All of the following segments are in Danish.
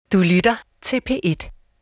Du lytter til P1.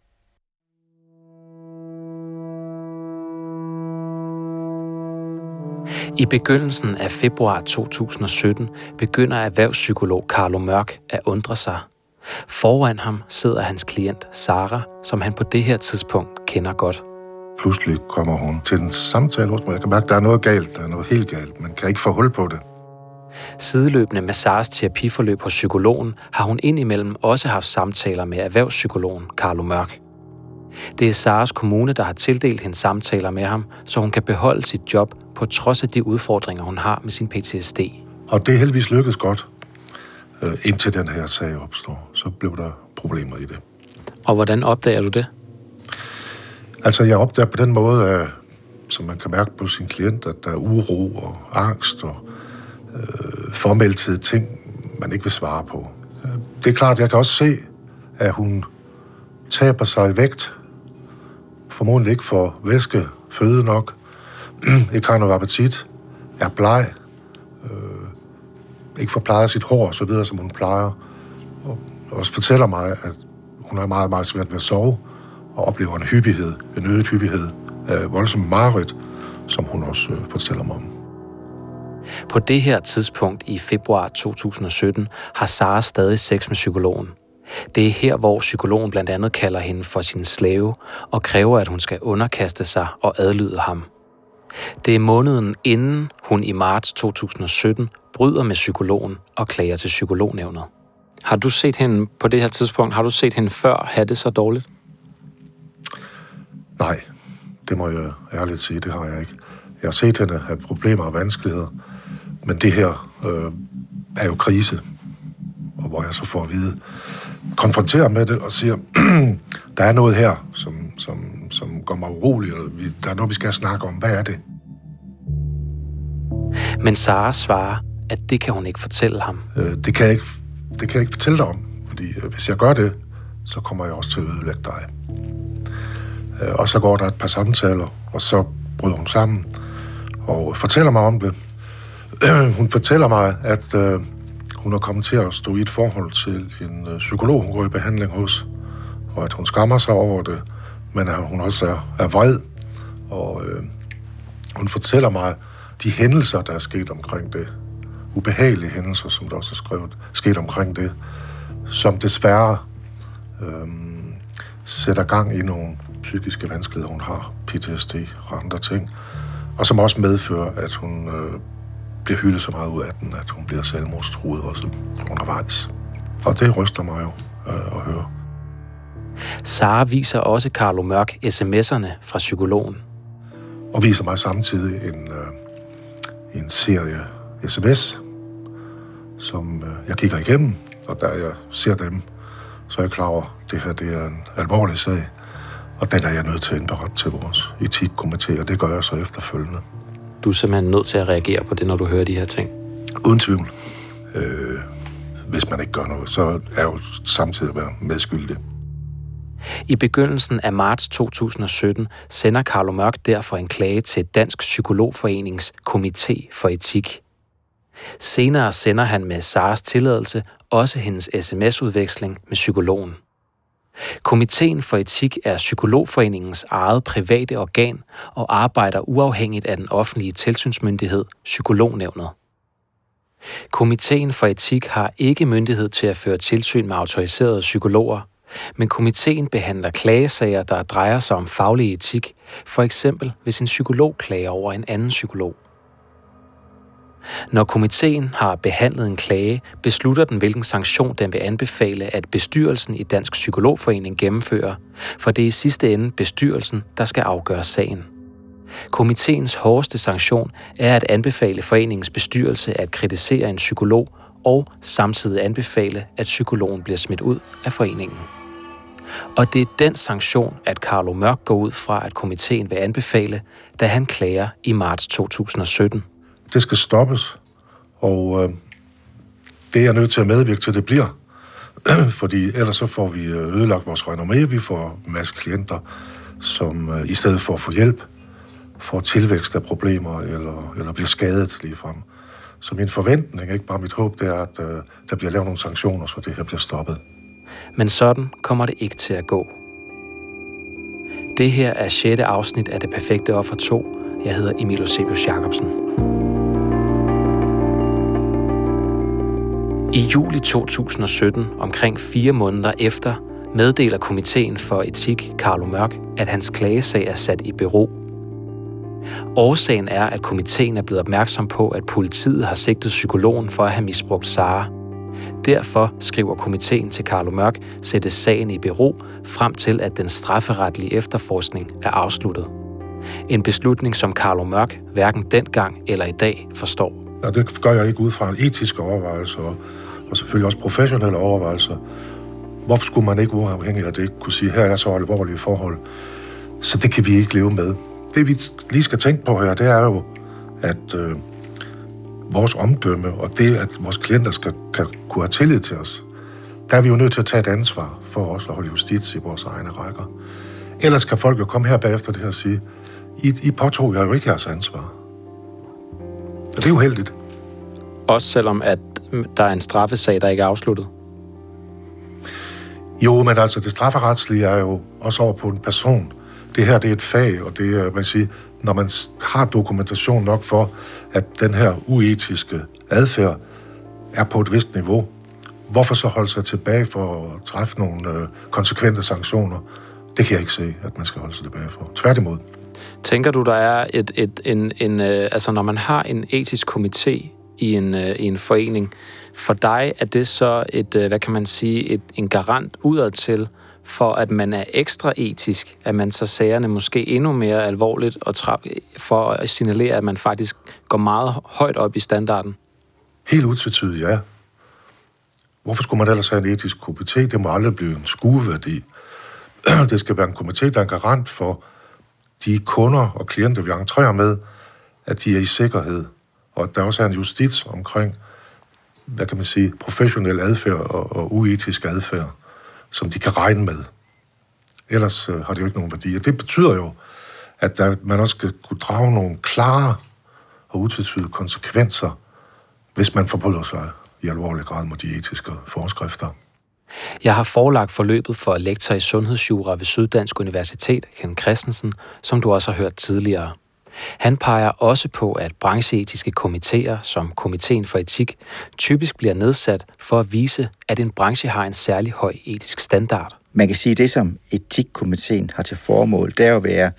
I begyndelsen af februar 2017 begynder erhvervspsykolog Carlo Mørk at undre sig. Foran ham sidder hans klient Sara, som han på det her tidspunkt kender godt. Pludselig kommer hun til en samtale hos mig. Jeg kan mærke, at der er noget galt, der er noget helt galt. Man kan ikke få hul på det. Sideløbende med Saras terapiforløb hos psykologen, har hun indimellem også haft samtaler med erhvervspsykologen Carlo Mørk. Det er Saras kommune, der har tildelt hende samtaler med ham, så hun kan beholde sit job på trods af de udfordringer, hun har med sin PTSD. Og det er heldigvis lykkedes godt, indtil den her sag opstår. Så blev der problemer i det. Og hvordan opdager du det? Altså, jeg opdager på den måde, som man kan mærke på sin klient, at der er uro og angst og formeltede ting, man ikke vil svare på. Det er klart, jeg kan også se, at hun taber sig i vægt, formodentlig ikke får væske, føde nok, ikke har noget appetit, er bleg, ikke får plejet sit hår, så videre, som hun plejer. Og også fortæller mig, at hun har meget, meget svært ved at sove, og oplever en øget hyppighed af voldsom mareridt, som hun også fortæller mig om. På det her tidspunkt i februar 2017 har Sara stadig sex med psykologen. Det er her, hvor psykologen blandt andet kalder hende for sin slave og kræver, at hun skal underkaste sig og adlyde ham. Det er måneden inden hun i marts 2017 bryder med psykologen og klager til psykolognævnet. Har du set hende på det her tidspunkt? Har du set hende før have det så dårligt? Nej, det må jeg ærligt sige, det har jeg ikke. Jeg har set hende have problemer og vanskeligheder, men det her er jo krise, og hvor jeg så får at vide, konfronterer med det og siger, der er noget her, som gør mig urolig, og der er noget, vi skal snakke om. Hvad er det? Men Sara svarer, at det kan hun ikke fortælle ham. Det kan jeg ikke fortælle dig om, fordi hvis jeg gør det, så kommer jeg også til at ødelægge dig. Og så går der et par samtaler, og så bryder hun sammen og fortæller mig om det. Hun fortæller mig, at hun er kommet til at stå i et forhold til en psykolog, hun går i behandling hos, og at hun skammer sig over det, men at hun også er vred. Og hun fortæller mig de hændelser, der er sket omkring det. Ubehagelige hændelser, som der også er skrevet, sket omkring det, som desværre sætter gang i nogle psykiske vanskeligheder, hun har, PTSD og andre ting, og som også medfører, at hun bliver hyldet så meget ud af den, at hun bliver selvmordstruet også undervejs. Og det ryster mig jo at høre. Sara viser også Carlo Mørk sms'erne fra psykologen. Og viser mig samtidig en serie sms, som jeg kigger igennem, og da jeg ser dem, så er jeg klar over, at det her det er en alvorlig sag, og den er jeg nødt til at indberette til vores etikkomité, og det gør jeg så efterfølgende. Du er simpelthen nødt til at reagere på det, når du hører de her ting? Uden tvivl. Hvis man ikke gør noget, så er jeg jo samtidig medskyldig. I begyndelsen af marts 2017 sender Carlo Mørk derfor en klage til Dansk Psykologforenings Komité for Etik. Senere sender han med Saras tilladelse også hendes sms-udveksling med psykologen. Komiteen for Etik er Psykologforeningens eget private organ og arbejder uafhængigt af den offentlige tilsynsmyndighed, Psykolognævnet. Komiteen for Etik har ikke myndighed til at føre tilsyn med autoriserede psykologer, men komiteen behandler klagesager, der drejer sig om faglig etik, for eksempel hvis en psykolog klager over en anden psykolog. Når komiteen har behandlet en klage, beslutter den, hvilken sanktion den vil anbefale, at bestyrelsen i Dansk Psykologforening gennemfører, for det er i sidste ende bestyrelsen, der skal afgøre sagen. Komiteens hårdeste sanktion er at anbefale foreningens bestyrelse at kritisere en psykolog og samtidig anbefale, at psykologen bliver smidt ud af foreningen. Og det er den sanktion, at Carlo Mørk går ud fra, at komiteen vil anbefale, da han klager i marts 2017. Det skal stoppes, og det er jeg nødt til at medvirke til, det bliver. Fordi ellers så får vi ødelagt vores renommé, vi får en masse klienter, som i stedet for at få hjælp, får tilvækst af problemer eller bliver skadet ligefrem. Så min forventning, ikke bare mit håb, det er, at der bliver lavet nogle sanktioner, så det her bliver stoppet. Men sådan kommer det ikke til at gå. Det her er 6. afsnit af Det Perfekte Offer 2. Jeg hedder Emil Eusebius Jacobsen. I juli 2017, omkring 4 måneder efter, meddeler komiteen for etik, Carlo Mørck, at hans klagesag er sat i bero. Årsagen er, at komiteen er blevet opmærksom på, at politiet har sigtet psykologen for at have misbrugt Sara. Derfor, skriver komiteen til Carlo Mørck, sættes sagen i bero frem til, at den strafferetlige efterforskning er afsluttet. En beslutning, som Carlo Mørck hverken dengang eller i dag forstår. Og det gør jeg ikke ud fra en etiske overvejelser, og selvfølgelig også professionelle overvejelser. Hvorfor skulle man ikke uafhængigt af det ikke kunne sige, her er så alvorlige forhold? Så det kan vi ikke leve med. Det vi lige skal tænke på her, det er jo, at vores omdømme og det, at vores klienter kan kunne have tillid til os, der er vi jo nødt til at tage et ansvar for også at holde justits i vores egne rækker. Ellers kan folk jo komme her bagefter det her og sige, I påtog jeg jo ikke jeres ansvar. Og det er jo heldigt. Også selvom at der er en straffesag, der ikke er afsluttet? Jo, men altså det strafferetslige er jo også over på en person. Det her, det er et fag, og det er, man siger, når man har dokumentation nok for, at den her uetiske adfærd er på et vist niveau, hvorfor så holde sig tilbage for at træffe nogle konsekvente sanktioner? Det kan jeg ikke se, at man skal holde sig tilbage for. Tværtimod. Tænker du, der er altså når man har en etisk komité i en forening, for dig er det så en garant udad til, for at man er ekstra etisk, at man tager sagerne måske endnu mere alvorligt, og for at signalere, at man faktisk går meget højt op i standarden? Helt utvetydigt, ja. Hvorfor skulle man ellers have en etisk komité? Det må aldrig blive en skueværdi. Det skal være en komité, der er en garant for de kunder og klienter, vi entrerer med, at de er i sikkerhed, og at der også er en justits omkring, professionel adfærd og uetisk adfærd, som de kan regne med. Ellers har det jo ikke nogen værdi. Og det betyder jo, at man også skal kunne drage nogle klare og utvetydige konsekvenser, hvis man forbryder sig i alvorlig grad mod de etiske forskrifter. Jeg har forelagt forløbet for lektor i sundhedsjura ved Syddansk Universitet, Ken Christensen, som du også har hørt tidligere. Han peger også på, at brancheetiske komitéer, som Komiteen for Etik, typisk bliver nedsat for at vise, at en branche har en særlig høj etisk standard. Man kan sige, at det, som etikkomiteen har til formål, det er at være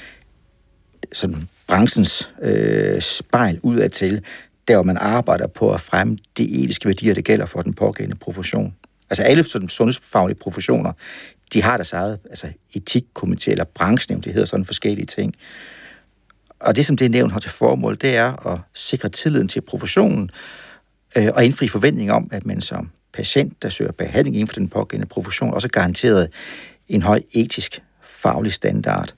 sådan branchens spejl udadtil, der hvor man arbejder på at fremme de etiske værdier, der gælder for den pågældende profession. Altså alle sådan sundhedsfaglige professioner, de har deres eget etikkomité eller branchenævn, det hedder sådan forskellige ting. Og det, som det nævn har til formål, det er at sikre tilliden til professionen og indfri forventninger om, at man som patient, der søger behandling inden for den pågældende profession, også er garanteret en høj etisk faglig standard.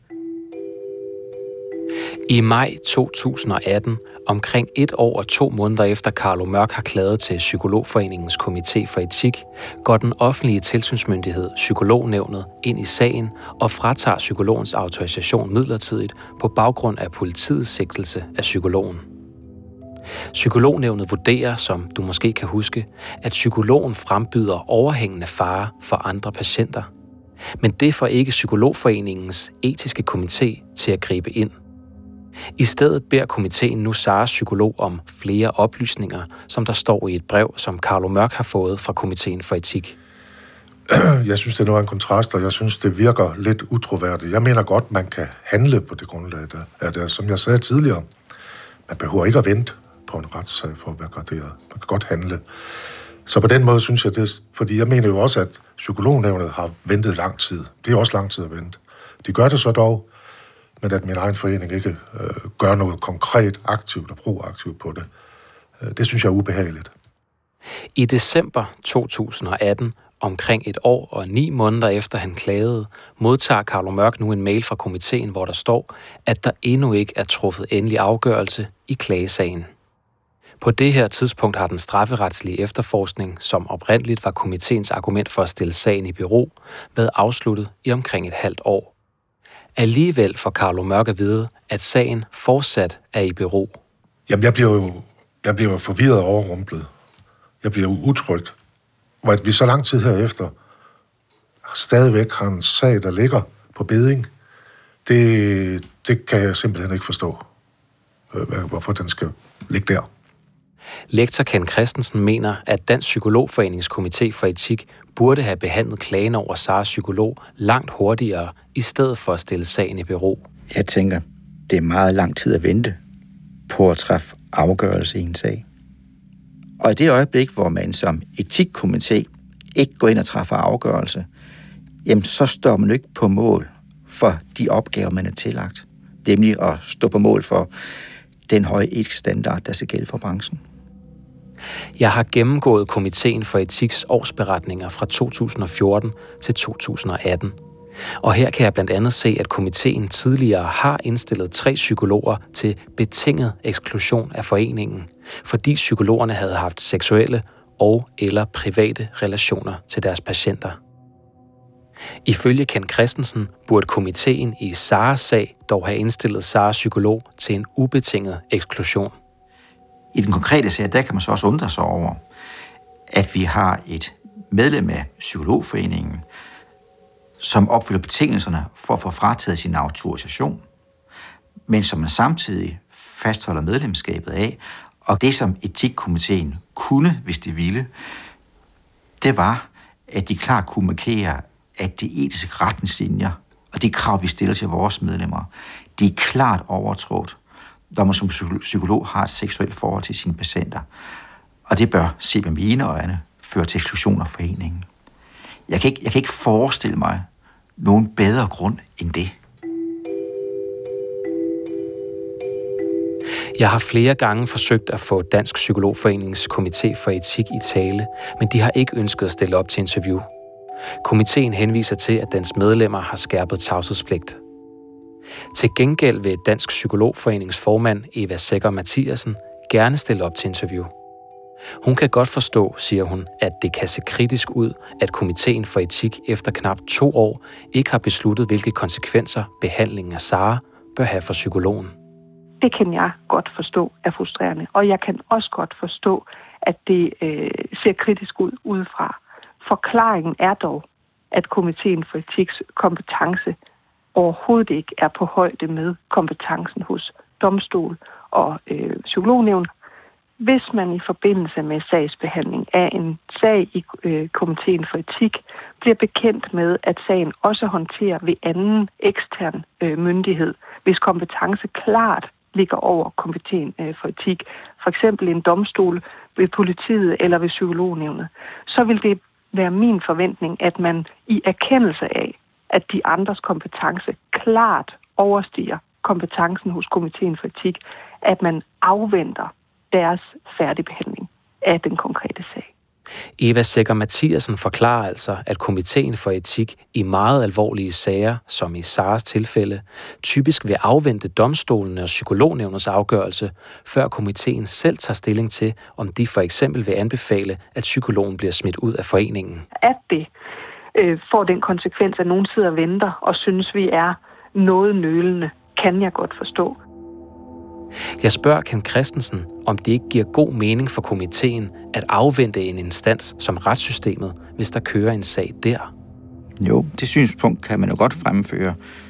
I maj 2018, omkring 1 år og 2 måneder efter Carlo Mørck har klaget til Psykologforeningens Komité for Etik, går den offentlige tilsynsmyndighed, Psykolognævnet, ind i sagen og fratager psykologens autorisation midlertidigt på baggrund af politiets sigtelse af psykologen. Psykolognævnet vurderer, som du måske kan huske, at psykologen frembyder overhængende fare for andre patienter. Men det får ikke Psykologforeningens etiske komité til at gribe ind. I stedet beder komiteen nu Saras psykolog om flere oplysninger, som der står i et brev, som Carlo Mørck har fået fra Komiteen for Etik. Jeg synes, det er noget af en kontrast, og jeg synes, det virker lidt utroværdigt. Jeg mener godt, man kan handle på det grundlag, der er der. Som jeg sagde tidligere, man behøver ikke at vente på en retssag for at være graderet. Man kan godt handle. Så på den måde synes jeg det, fordi jeg mener jo også, at Psykolognævnet har ventet lang tid. Det er også lang tid at vente. De gør det så dog, men at min egen forening ikke gør noget konkret, aktivt og proaktivt på det. Det synes jeg er ubehageligt. I december 2018, omkring 1 år og 9 måneder efter han klagede, modtager Carlo Mørck nu en mail fra komiteen, hvor der står, at der endnu ikke er truffet endelig afgørelse i klagesagen. På det her tidspunkt har den strafferetslige efterforskning, som oprindeligt var komiteens argument for at stille sagen i bero, været afsluttet i omkring et halvt år. Alligevel får Carlo Mørck at vide, at sagen fortsat er i bero. Jamen, jeg bliver jo forvirret og overrumplet. Jeg bliver utryg. Og at vi så lang tid herefter stadigvæk har en sag, der ligger på beding, det kan jeg simpelthen ikke forstå, hvorfor den skal ligge der. Lektor Ken Christensen mener, at Dansk Psykologforenings Komité for Etik burde have behandlet klagen over Saras psykolog langt hurtigere, i stedet for at stille sagen i bero. Jeg tænker, det er meget lang tid at vente på at træffe afgørelse i en sag. Og i det øjeblik, hvor man som etikkomité ikke går ind og træffer afgørelse, jamen så står man ikke på mål for de opgaver, man er tillagt. Nemlig at stå på mål for den høje etiske standard, der skal gælde for branchen. Jeg har gennemgået Komiteen for Etiks årsberetninger fra 2014 til 2018. Og her kan jeg blandt andet se, at komiteen tidligere har indstillet 3 psykologer til betinget eksklusion af foreningen, fordi psykologerne havde haft seksuelle og eller private relationer til deres patienter. Ifølge Ken Christensen burde komiteen i Saras sag dog have indstillet Saras psykolog til en ubetinget eksklusion. I den konkrete sag, der kan man så også undre sig over, at vi har et medlem af Psykologforeningen, som opfylder betingelserne for at få frataget sin autorisation, men som man samtidig fastholder medlemskabet af. Og det, som etikkomiteen kunne, hvis de ville, det var, at de klart kunne markere, at de etiske retningslinjer og de krav, vi stiller til vores medlemmer, de er klart overtrådt, når man som psykolog har et seksuelt forhold til sine patienter. Og det bør, set med mine øjne, føre til eksklusion af foreningen. Jeg kan ikke forestille mig nogen bedre grund end det. Jeg har flere gange forsøgt at få Dansk Psykologforenings Komité for Etik i tale, men de har ikke ønsket at stille op til interview. Komiteen henviser til, at dens medlemmer har skærpet tavshedspligt. Til gengæld vil Dansk Psykologforenings formand Eva Secher Mathiasen gerne stille op til interview. Hun kan godt forstå, siger hun, at det kan se kritisk ud, at Komiteen for Etik efter knap 2 år ikke har besluttet, hvilke konsekvenser behandlingen af Sara bør have for psykologen. Det kan jeg godt forstå er frustrerende, og jeg kan også godt forstå, at det ser kritisk ud udefra. Forklaringen er dog, at Komiteen for Etiks kompetence overhovedet ikke er på højde med kompetencen hos domstol og psykolognævn. Hvis man i forbindelse med sagsbehandling af en sag i Komiteen for Etik bliver bekendt med, at sagen også håndterer ved anden ekstern myndighed, hvis kompetence klart ligger over Komiteen for Etik, for eksempel en domstol ved politiet eller ved psykolognævnet, så vil det være min forventning, at man i erkendelse af, at de andres kompetence klart overstiger kompetencen hos Komiteen for Etik, at man afventer deres færdigbehandling af den konkrete sag. Eva Secher Mathiasen forklarer altså, at Komiteen for Etik i meget alvorlige sager, som i Saras tilfælde, typisk vil afvente domstolene og psykolognævnets afgørelse, før komiteen selv tager stilling til, om de for eksempel vil anbefale, at psykologen bliver smidt ud af foreningen. At det får den konsekvens, at nogen sidder og venter og synes, vi er noget nølende, kan jeg godt forstå. Jeg spørger Ken Christensen, om det ikke giver god mening for komiteen at afvente en instans som retssystemet, hvis der kører en sag der. Jo, det synspunkt kan man jo godt fremføre.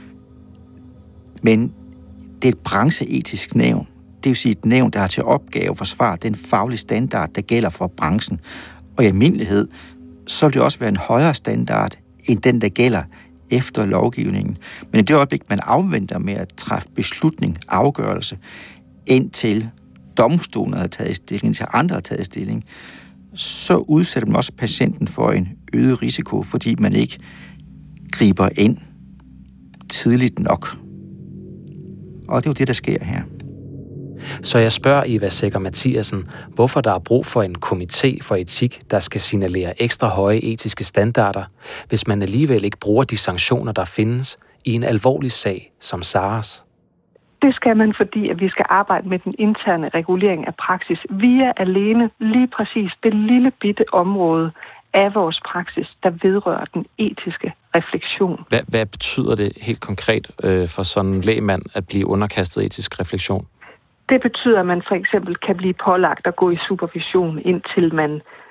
Men det er et brancheetisk nævn. Det vil sige et nævn, der har til opgave at forsvare den faglige standard, der gælder for branchen. Og i almindelighed, så vil det også være en højere standard, end den, der gælder efter lovgivningen. Men i det øjeblik, man afventer med at træffe beslutning, afgørelse, indtil domstolen har taget stilling, til andre har taget stilling, så udsætter man også patienten for en øget risiko, fordi man ikke griber ind tidligt nok. Og det er jo det, der sker her. Så jeg spørger Eva Secher Mathiasen, hvorfor der er brug for en komité for etik, der skal signalere ekstra høje etiske standarder, hvis man alligevel ikke bruger de sanktioner, der findes i en alvorlig sag som Saras. Det skal man, fordi at vi skal arbejde med den interne regulering af praksis via alene lige præcis det lille bitte område af vores praksis, der vedrører den etiske refleksion. Hvad betyder det helt konkret for sådan en lægmand at blive underkastet etisk refleksion? Det betyder, at man for eksempel kan blive pålagt at gå i supervision, indtil man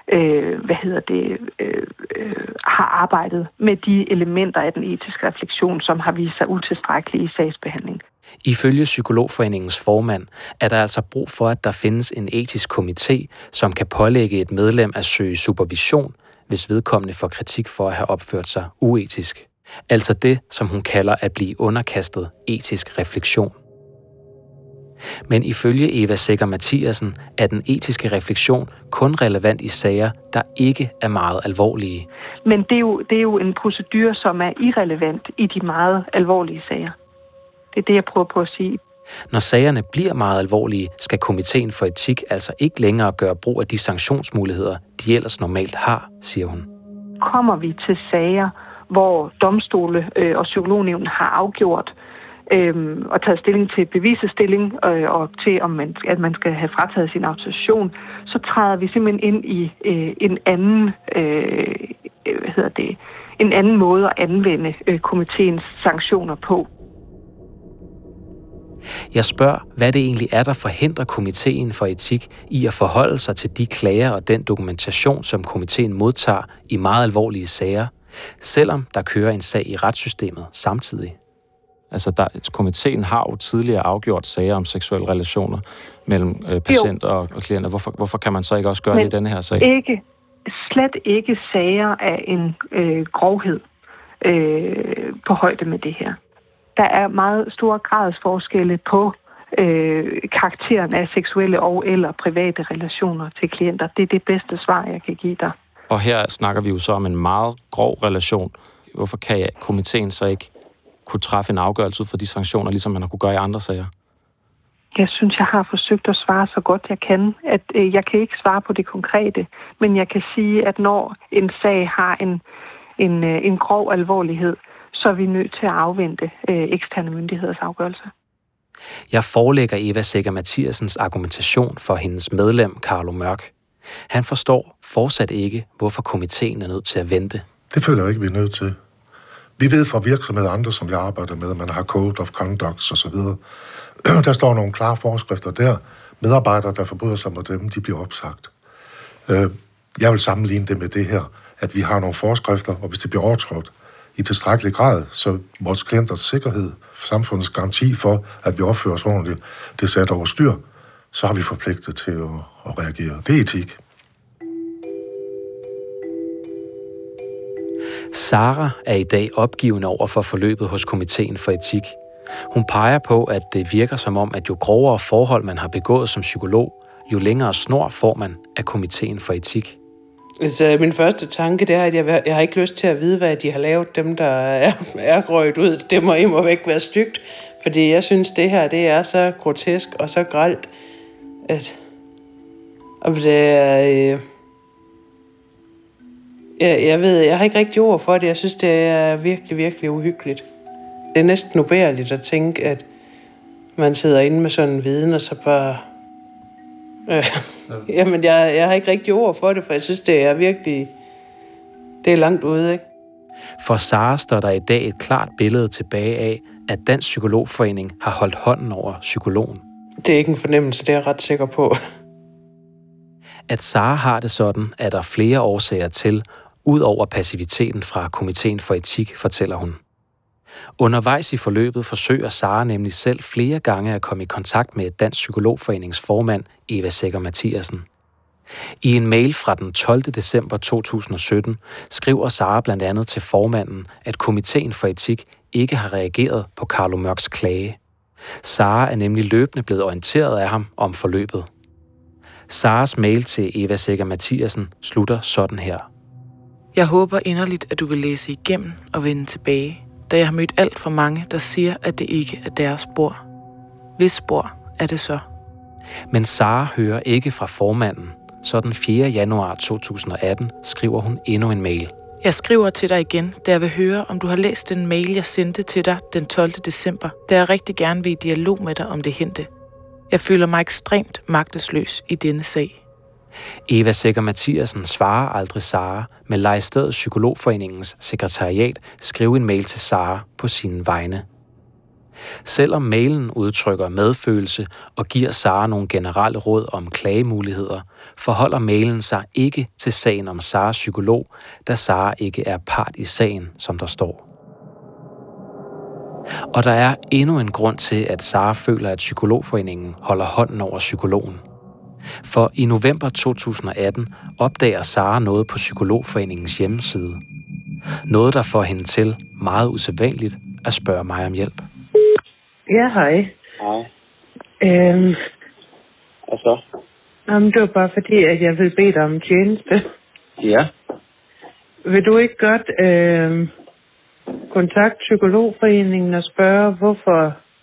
har arbejdet med de elementer af den etiske refleksion, som har vist sig utilstrækkelige i sagsbehandling. Ifølge Psykologforeningens formand er der altså brug for, at der findes en etisk komité, som kan pålægge et medlem at søge supervision, hvis vedkommende får kritik for at have opført sig uetisk. Altså det, som hun kalder at blive underkastet etisk refleksion. Men ifølge Eva Secher Mathiasen er den etiske refleksion kun relevant i sager, der ikke er meget alvorlige. Men det er jo en procedure, som er irrelevant i de meget alvorlige sager. Det er det, jeg prøver på at sige. Når sagerne bliver meget alvorlige, skal komiteen for etik altså ikke længere gøre brug af de sanktionsmuligheder, de ellers normalt har, siger hun. Kommer vi til sager, hvor domstole og psykolognævn har afgjort og taget stilling til bevisestilling og til, at man skal have frataget sin autorisation, så træder vi simpelthen ind i en anden måde at anvende komiteens sanktioner på. Jeg spørger, hvad det egentlig er, der forhindrer komiteen for etik i at forholde sig til de klager og den dokumentation, som komiteen modtager i meget alvorlige sager, selvom der kører en sag i retssystemet samtidig. Altså, komiteen har jo tidligere afgjort sager om seksuelle relationer mellem patienter og klienter. Hvorfor kan man så ikke også gøre det i denne her sag? Slet ikke sager af en grovhed på højde med det her. Der er meget store gradsforskelle på karakteren af seksuelle og eller private relationer til klienter. Det er det bedste svar, jeg kan give dig. Og her snakker vi jo så om en meget grov relation. Hvorfor kan komiteen så ikke kunne træffe en afgørelse ud for de sanktioner, ligesom man har kunne gøre i andre sager? Jeg synes, jeg har forsøgt at svare så godt jeg kan. Jeg kan ikke svare på det konkrete, men jeg kan sige, at når en sag har en grov alvorlighed, så er vi nødt til at afvente eksterne myndigheders afgørelse. Jeg forelægger Eva Secher Mathiasens argumentation for hendes medlem, Carlo Mørk. Han forstår fortsat ikke, hvorfor komiteen er nødt til at vente. Det føler jeg ikke, vi er nødt til. Vi ved fra virksomheder andre, som jeg arbejder med, man har Code of Conduct og så videre. Der står nogle klare forskrifter der. Medarbejdere, der forbryder sig mod dem, de bliver opsagt. Jeg vil sammenligne det med det her, at vi har nogle forskrifter, og hvis det bliver overtrådt i tilstrækkelig grad, så vores klienters sikkerhed, samfundets garanti for, at vi opfører os ordentligt, det sat over styr, så har vi forpligtet til at reagere. Det er etik. Sara er i dag opgivende over for forløbet hos komiteen for etik. Hun peger på, at det virker som om, at jo grovere forhold man har begået som psykolog, jo længere snor får man af komiteen for etik. Altså, min første tanke, det er, at jeg har ikke lyst til at vide, hvad de har lavet, dem der er røget ud. Det må i må væk være stygt, fordi jeg synes, det her det er så grotesk og så grelt, at det er... Jeg har ikke rigtig ord for det. Jeg synes, det er virkelig, virkelig uhyggeligt. Det er næsten ubærligt at tænke, at man sidder inde med sådan en viden, og så bare... Jamen, jeg har ikke rigtig ord for det, for jeg synes, det er virkelig... Det er langt ude, ikke? For Sara står der i dag et klart billede tilbage af, at Dansk Psykologforening har holdt hånden over psykologen. Det er ikke en fornemmelse, det er jeg ret sikker på. At Sara har det sådan, er der flere årsager til, ud over passiviteten fra komiteen for etik, fortæller hun. Undervejs i forløbet forsøger Sara nemlig selv flere gange at komme i kontakt med Dansk Psykologforenings formand, Eva Secher Mathiasen. I en mail fra den 12. december 2017 skriver Sara blandt andet til formanden, at komiteen for etik ikke har reageret på Carlo Mørks klage. Sara er nemlig løbende blevet orienteret af ham om forløbet. Saras mail til Eva Secher Mathiasen slutter sådan her. Jeg håber inderligt, at du vil læse igennem og vende tilbage, da jeg har mødt alt for mange, der siger, at det ikke er deres spor. Hvis spor er det så? Men Sara hører ikke fra formanden, så den 4. januar 2018 skriver hun endnu en mail. Jeg skriver til dig igen, da jeg vil høre, om du har læst den mail, jeg sendte til dig den 12. december, da jeg rigtig gerne vil i dialog med dig om det hente. Jeg føler mig ekstremt magtesløs i denne sag. Eva Secher Mathiasen svarer aldrig Sara, men lader i stedet Psykologforeningens sekretariat skrive en mail til Sara på sine vegne. Selvom mailen udtrykker medfølelse og giver Sara nogle generelle råd om klagemuligheder, forholder mailen sig ikke til sagen om Saras psykolog, da Sara ikke er part i sagen, som der står. Og der er endnu en grund til, at Sara føler, at Psykologforeningen holder hånden over psykologen. For i november 2018 opdager Sara noget på Psykologforeningens hjemmeside. Noget, der får hende til, meget usædvanligt, at spørge mig om hjælp. Ja, hej. Hej. Og så? Jamen, det var bare fordi, at jeg vil bede dig om en tjeneste. Ja. Vil du ikke godt kontakte Psykologforeningen og spørge, hvorfor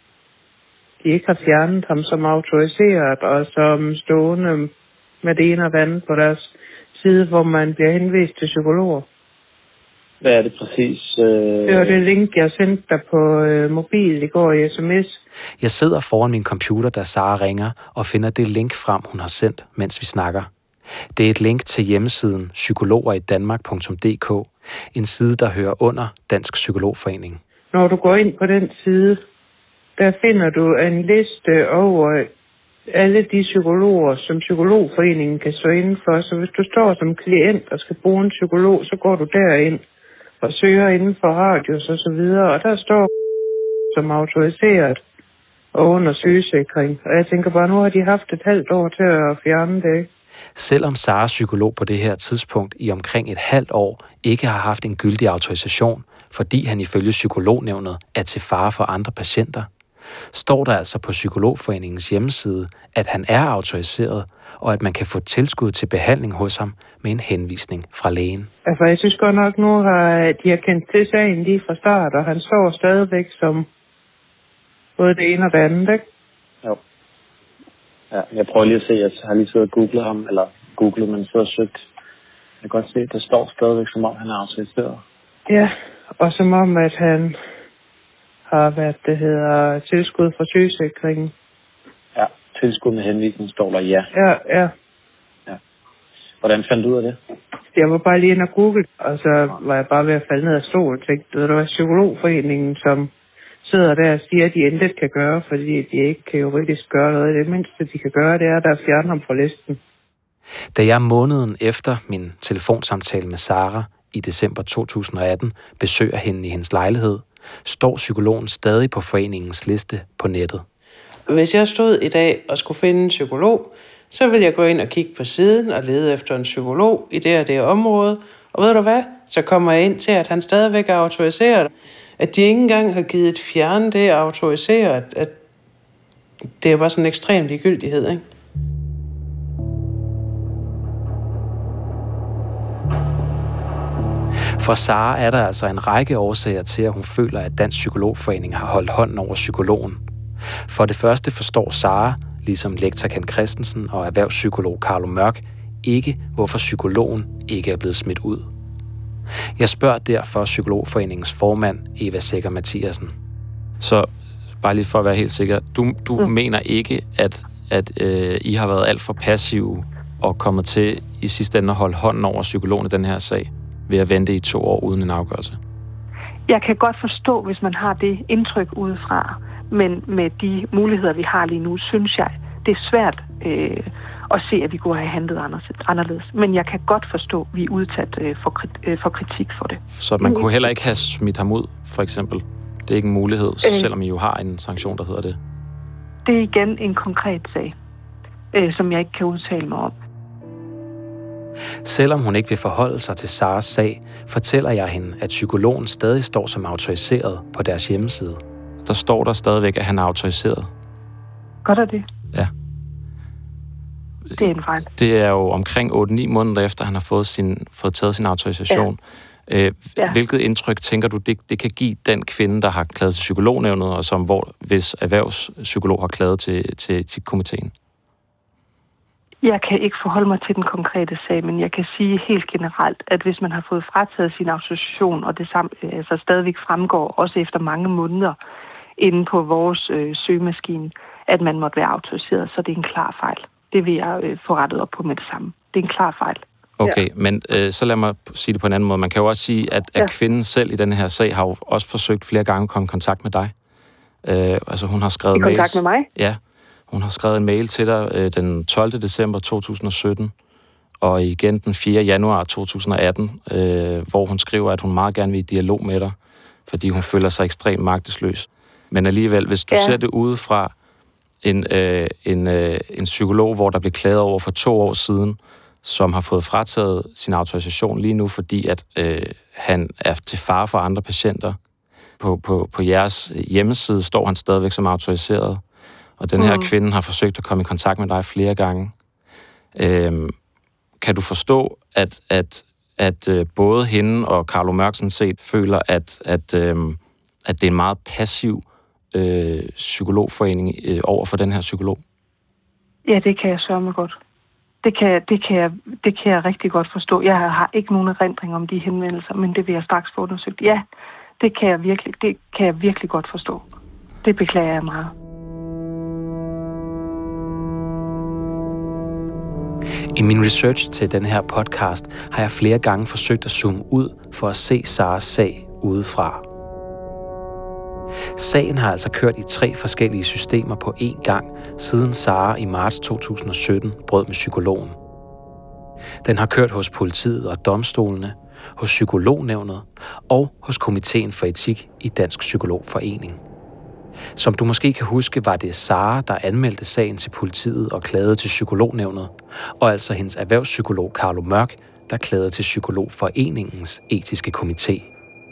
de ikke har fjernet ham som autoriseret og som stående med det ene og det andet på deres side, hvor man bliver henvist til psykologer? Hvad er det præcis? Det var det link, jeg sendte dig på mobil i går i sms. Jeg sidder foran min computer, da Sara ringer, og finder det link frem, hun har sendt, mens vi snakker. Det er et link til hjemmesiden psykologeriddanmark.dk, en side, der hører under Dansk Psykologforening. Når du går ind på den side, der finder du en liste over alle de psykologer, som Psykologforeningen kan stå inden for. Så hvis du står som klient og skal bruge en psykolog, så går du derind og søger inden for radius og så videre. Og der står som autoriseret og under sygesikring. Og jeg tænker bare, nu har de haft et halvt år til at fjerne det. Selvom Saras psykolog på det her tidspunkt i omkring et halvt år ikke har haft en gyldig autorisation, fordi han ifølge Psykolognævnet er til fare for andre patienter, står der altså på Psykologforeningens hjemmeside, at han er autoriseret, og at man kan få tilskud til behandling hos ham med en henvisning fra lægen. Altså, jeg synes godt nok, nu har de kendt til sagen lige fra start, og han står stadigvæk som både det ene og det andet, ikke? Jo. Ja, jeg prøver lige at se, jeg har lige siddet og googlet ham, eller googlet, men så har søgt. Jeg kan godt se, at det står stadigvæk, som om han er autoriseret. Ja, og som om, at han har været, det hedder, tilskud fra sygesikringen. Ja, tilskud med henvisning står der, ja. Ja. Hvordan fandt du ud af det? Jeg var bare lige inde og google, og så var jeg bare ved at falde ned af stolen og tænkte, det var Psykologforeningen, som sidder der og siger, at de intet kan gøre, fordi de ikke kan juridisk gøre noget. Det mindste, de kan gøre, det er, at der fjerner ham fra listen. Da jeg måneden efter min telefonsamtale med Sara i december 2018 besøger hende i hendes lejlighed, står psykologen stadig på foreningens liste på nettet. Hvis jeg stod i dag og skulle finde en psykolog, så ville jeg gå ind og kigge på siden og lede efter en psykolog i det og det område. Og ved du hvad? Så kommer jeg ind til, at han stadigvæk er autoriseret. At de ikke engang har givet fjerne det autoriseret. At det er bare sådan en ekstrem ligegyldighed, ikke? For Sara er der altså en række årsager til, at hun føler, at Dansk Psykologforening har holdt hånden over psykologen. For det første forstår Sara, ligesom lektor Ken Christensen og erhvervspsykolog Carlo Mørk, ikke, hvorfor psykologen ikke er blevet smidt ud. Jeg spørger derfor Psykologforeningens formand, Eva Sækker Mathiasen. Så bare lige for at være helt sikker, du mener ikke, at I har været alt for passive og kommet til i sidste ende at holde hånden over psykologen i den her sag, ved at vente i 2 år uden en afgørelse? Jeg kan godt forstå, hvis man har det indtryk udefra, men med de muligheder, vi har lige nu, synes jeg, det er svært at se, at vi kunne have handlet anderledes. Men jeg kan godt forstå, at vi er udsat for kritik for det. Så man kunne heller ikke have smidt ham ud, for eksempel? Det er ikke en mulighed, selvom I jo har en sanktion, der hedder det? Det er igen en konkret sag, som jeg ikke kan udtale mig om. Selvom hun ikke vil forholde sig til Saras sag, fortæller jeg hende, at psykologen stadig står som autoriseret på deres hjemmeside. Der står der stadigvæk, at han er autoriseret. Godt er det? Ja. Det er en fejl. Det er jo omkring 8-9 måneder efter, han har fået taget sin autorisation. Ja. Hvilket indtryk tænker du, det kan give den kvinde, der har klaget til Psykolognævnet, og hvis erhvervspsykolog har klaget til komiteen? Jeg kan ikke forholde mig til den konkrete sag, men jeg kan sige helt generelt, at hvis man har fået frataget sin autorisation, og det altså stadigvæk fremgår, også efter mange måneder, inde på vores søgemaskine, at man måtte være autoriseret, så det er en klar fejl. Det vil jeg få rettet op på med det samme. Det er en klar fejl. Okay, men så lad mig sige det på en anden måde. Man kan jo også sige, at kvinden selv i denne her sag har jo også forsøgt flere gange at komme i kontakt med dig. Hun har skrevet i kontakt med mig? Ja, hun har skrevet en mail til dig den 12. december 2017, og igen den 4. januar 2018, hvor hun skriver, at hun meget gerne vil i dialog med dig, fordi hun føler sig ekstremt magtesløs. Men alligevel, hvis du ser det udefra, en psykolog, hvor der blev klaget over for 2 år siden, som har fået frataget sin autorisation lige nu, fordi at han er til fare for andre patienter. På jeres hjemmeside står han stadigvæk som autoriseret, og den her kvinde har forsøgt at komme i kontakt med dig flere gange. Kan du forstå, at både hende og Carlo Mørk sådan set føler, at det er en meget passiv psykologforening over for den her psykolog? Ja, det kan jeg sørme godt. Det kan jeg rigtig godt forstå. Jeg har ikke nogen erindring om de henvendelser, men det vil jeg straks få undersøgt. Ja, det kan jeg virkelig godt forstå. Det beklager jeg meget. I min research til den her podcast har jeg flere gange forsøgt at zoome ud for at se Saras sag udefra. Sagen har altså kørt i 3 forskellige systemer på én gang, siden Sara i marts 2017 brød med psykologen. Den har kørt hos politiet og domstolene, hos Psykolognævnet og hos Komiteen for Etik i Dansk Psykologforening. Som du måske kan huske, var det Sara, der anmeldte sagen til politiet og klagede til Psykolognævnet, og altså hendes erhvervspsykolog Carlo Mørk, der klagede til Psykologforeningens etiske komité.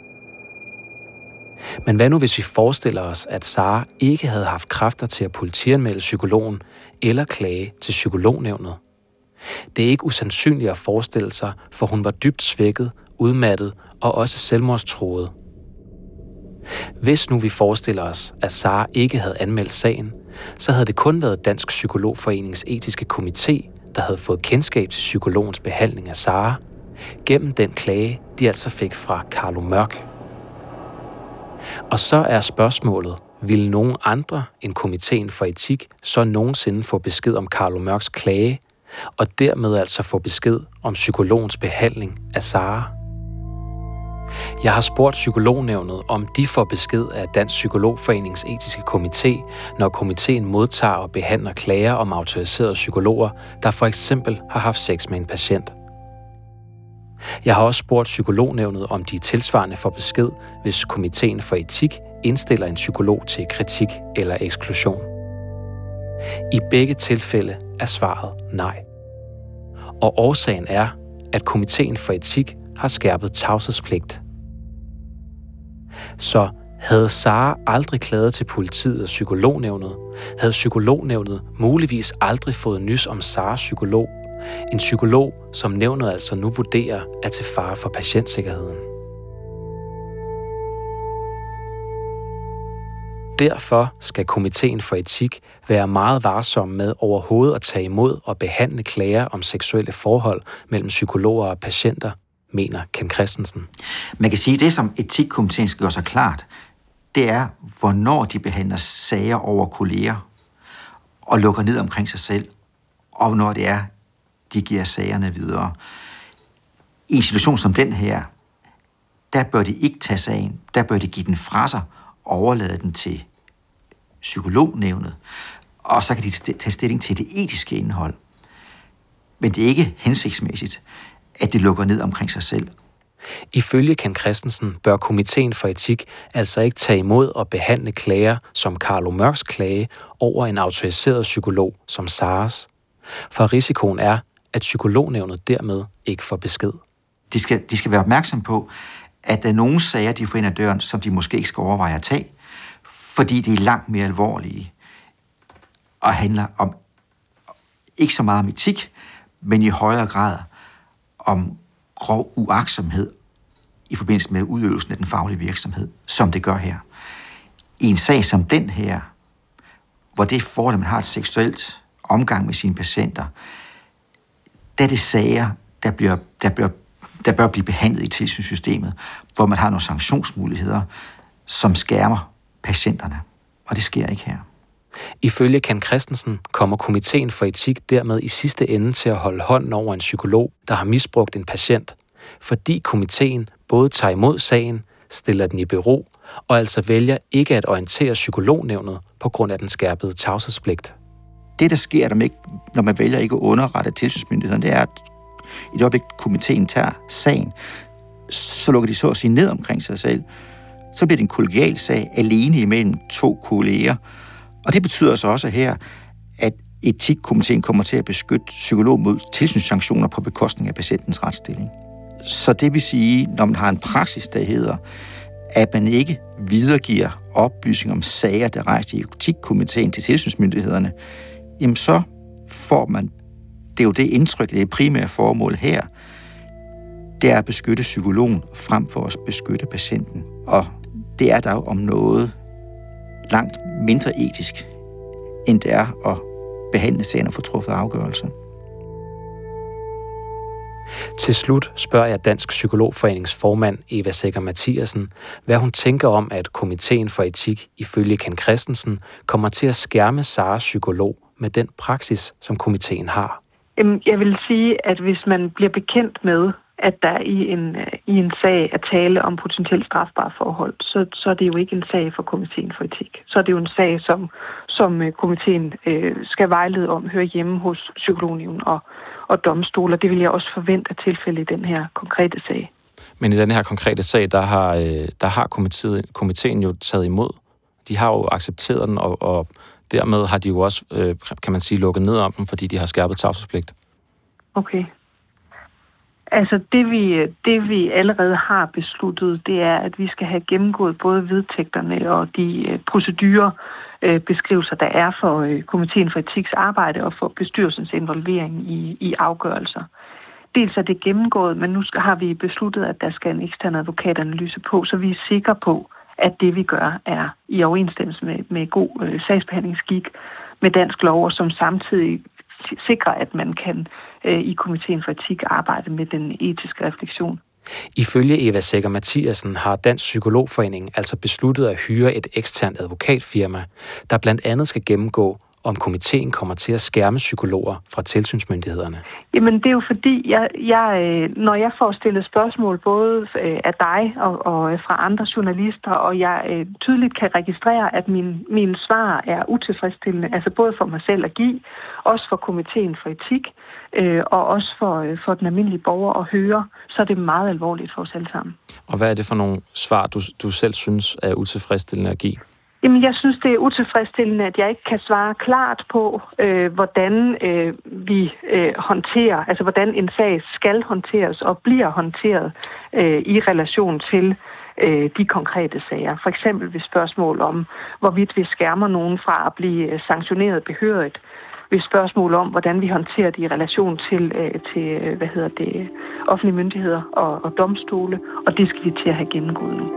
Men hvad nu, hvis vi forestiller os, at Sara ikke havde haft kræfter til at politianmelde psykologen eller klage til Psykolognævnet? Det er ikke usandsynligt at forestille sig, for hun var dybt svækket, udmattet og også selvmordstruet. Hvis nu vi forestiller os, at Sara ikke havde anmeldt sagen, så havde det kun været Dansk Psykologforenings etiske komité, der havde fået kendskab til psykologens behandling af Sara, gennem den klage, de altså fik fra Carlo Mørk. Og så er spørgsmålet, ville nogen andre end Komiteen for Etik så nogensinde få besked om Carlo Mørks klage, og dermed altså få besked om psykologens behandling af Sara? Jeg har spurgt Psykolognævnet, om de får besked af Dansk Psykologforenings etiske komité, når komiteen modtager og behandler klager om autoriserede psykologer, der for eksempel har haft sex med en patient. Jeg har også spurgt Psykolognævnet, om de tilsvarende får besked, hvis Komiteen for Etik indstiller en psykolog til kritik eller eksklusion. I begge tilfælde er svaret nej. Og årsagen er, at Komiteen for Etik har skærpet tavshedspligt. Så havde Sara aldrig klaget til politiet og Psykolognævnet, havde Psykolognævnet muligvis aldrig fået nys om Saras psykolog, en psykolog, som nævnet altså nu vurderer er til fare for patientsikkerheden. Derfor skal Komiteen for Etik være meget varsom med overhovedet at tage imod og behandle klager om seksuelle forhold mellem psykologer og patienter, mener Ken Christensen. Man kan sige, at det, som etikkomiteen skal gøre sig klart, det er, hvornår de behandler sager over kolleger og lukker ned omkring sig selv, og hvornår det er, de giver sagerne videre. I en situation som den her, der bør de ikke tage sagen, der bør de give den fra sig og overlade den til Psykolognævnet, og så kan de tage stilling til det etiske indhold. Men det er ikke hensigtsmæssigt, at de lukker ned omkring sig selv. Ifølge Ken Christensen bør Komiteen for Etik altså ikke tage imod og behandle klager som Carlo Mørks klage over en autoriseret psykolog som Saras. For risikoen er, at Psykolognævnet dermed ikke får besked. De skal være opmærksom på, at der er nogle sager, de får ind ad døren, som de måske ikke skal overveje at tage, fordi de er langt mere alvorlige og handler om ikke så meget om etik, men i højere grad om grov uagtsomhed i forbindelse med udøvelsen af den faglige virksomhed, som det gør her. I en sag som den her, hvor det forhold, at man har et seksuelt omgang med sine patienter, der er det sager, der bør blive behandlet i tilsynssystemet, hvor man har nogle sanktionsmuligheder, som skærmer patienterne. Og det sker ikke her. Ifølge Ken Christensen kommer Komiteen for Etik dermed i sidste ende til at holde hånden over en psykolog, der har misbrugt en patient, fordi komiteen både tager imod sagen, stiller den i bero, og altså vælger ikke at orientere psykolognævnet på grund af den skærpede tavshedspligt. Det, der sker, når man vælger ikke at underrette tilsynsmyndighederne, det er, at i det øjeblik, komiteen tager sagen, så lukker de så at sige ned omkring sig selv. Så bliver det en kollegial sag alene imellem 2 kolleger. Og det betyder så også her, at etikkomiteen kommer til at beskytte psykolog mod tilsynssanktioner på bekostning af patientens retsstilling. Så det vil sige, når man har en praksis, der hedder, at man ikke videregiver oplysninger om sager, der rejser i etikkomiteen til tilsynsmyndighederne, jamen så får man, det er jo det indtryk, det er primære formål her, det er at beskytte psykologen frem for at beskytte patienten. Og det er der jo om noget langt mindre etisk, end det er at behandle sagen og få truffet afgørelse. Til slut spørger jeg Dansk Psykologforenings formand Eva Secher Mathiasen, hvad hun tænker om, at Komiteen for Etik ifølge Ken Christensen kommer til at skærme Saras psykolog med den praksis, som komiteen har. Jeg vil sige, at hvis man bliver bekendt med, at der i en sag er tale om potentielt strafbare forhold, så er det jo ikke en sag for Komiteen for Etik. Så er det jo en sag, som komiteen skal vejlede om, høre hjemme hos psykolognævnet og domstole, og det vil jeg også forvente af tilfælde i den her konkrete sag. Men i den her konkrete sag, der har komiteen jo taget imod. De har jo accepteret den, og dermed har de jo også, kan man sige, lukket ned om den, fordi de har skærpet tavshedspligt. Okay. Altså det vi allerede har besluttet, det er, at vi skal have gennemgået både vedtægterne og de procedurebeskrivelser, der er for Komiteen for Etiks arbejde og for bestyrelsens involvering i afgørelser. Dels er det gennemgået, men nu har vi besluttet, at der skal en ekstern advokatanalyse på, så vi er sikre på, at det vi gør er i overensstemmelse med god sagsbehandlingsskik med dansk lov, og som samtidig sikrer, at man kan i Komiteen for Etik arbejde med den etiske refleksion. Ifølge Eva Secher Mathiasen har Dansk Psykologforening altså besluttet at hyre et eksternt advokatfirma, der blandt andet skal gennemgå, om komiteen kommer til at skærme psykologer fra tilsynsmyndighederne. Jamen det er jo fordi, når jeg får stillet spørgsmål både af dig og fra andre journalister, og jeg tydeligt kan registrere, at mine svar er utilfredsstillende, altså både for mig selv at give, også for Komiteen for Etik, og også for den almindelige borger at høre, så er det meget alvorligt for os alle sammen. Og hvad er det for nogle svar, du selv synes er utilfredsstillende at give? Jamen, jeg synes, det er utilfredsstillende, at jeg ikke kan svare klart på, hvordan vi håndterer, altså hvordan en sag skal håndteres og bliver håndteret i relation til de konkrete sager. For eksempel ved spørgsmål om, hvorvidt vi skærmer nogen fra at blive sanktioneret behørigt. Ved spørgsmål om, hvordan vi håndterer det i relation til offentlige myndigheder og domstole, og det skal vi til at have gennemgået nu.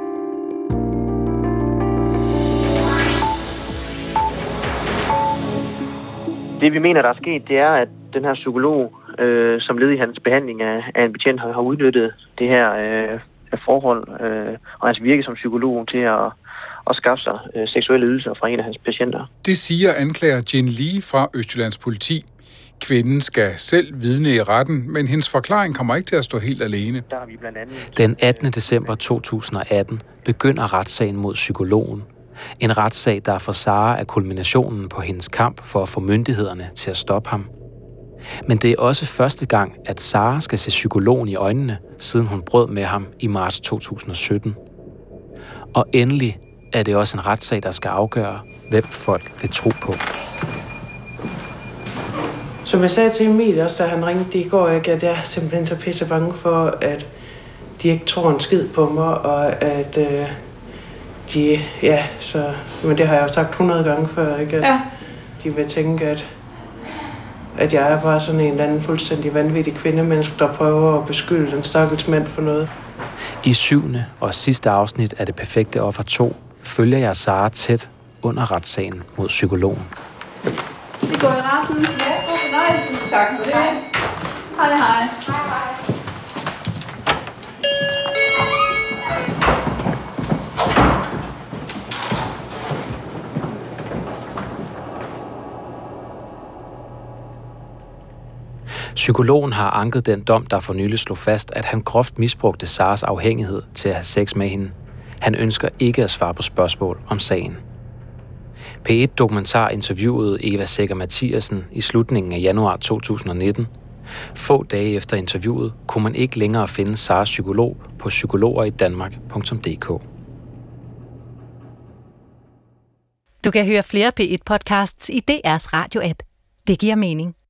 Det vi mener, der er sket, det er, at den her psykolog, som led i hans behandling af en betjent, har udnyttet det her forhold og hans virke som psykolog til at skaffe sig seksuelle ydelser fra en af hans patienter. Det siger anklager Jin Lee fra Østjyllands politi. Kvinden skal selv vidne i retten, men hendes forklaring kommer ikke til at stå helt alene. Den 18. december 2018 begynder retssagen mod psykologen. En retssag, der for Sara er kulminationen på hendes kamp for at få myndighederne til at stoppe ham. Men det er også første gang, at Sara skal se psykologen i øjnene, siden hun brød med ham i marts 2017. Og endelig er det også en retssag, der skal afgøre, hvem folk vil tro på. Som jeg sagde til Emil også, da han ringede i går, at jeg er simpelthen så pisse bange for, at de ikke tror en skid på mig, og at men det har jeg jo sagt 100 gange før, ikke? At de vil tænke, at jeg er bare sådan en eller anden fuldstændig vanvittig kvindemenneske, der prøver at beskylde den stakkels mand for noget. I 7. og sidste afsnit af Det Perfekte Offer 2 følger jeg Sara tæt under retssagen mod psykologen. Vi går i retten. Ja, god fornøjelse. Tak for det. Hej, hej. Psykologen har anket den dom, der for nylig slog fast, at han groft misbrugte Saras afhængighed til at have sex med hende. Han ønsker ikke at svare på spørgsmål om sagen. P1 Dokumentar interviewede Eva Secher Mathiasen i slutningen af januar 2019. Få dage efter interviewet kunne man ikke længere finde Saras psykolog på psykologeriddanmark.dk. Du kan høre flere P1-podcasts i DR's radio-app. Det giver mening.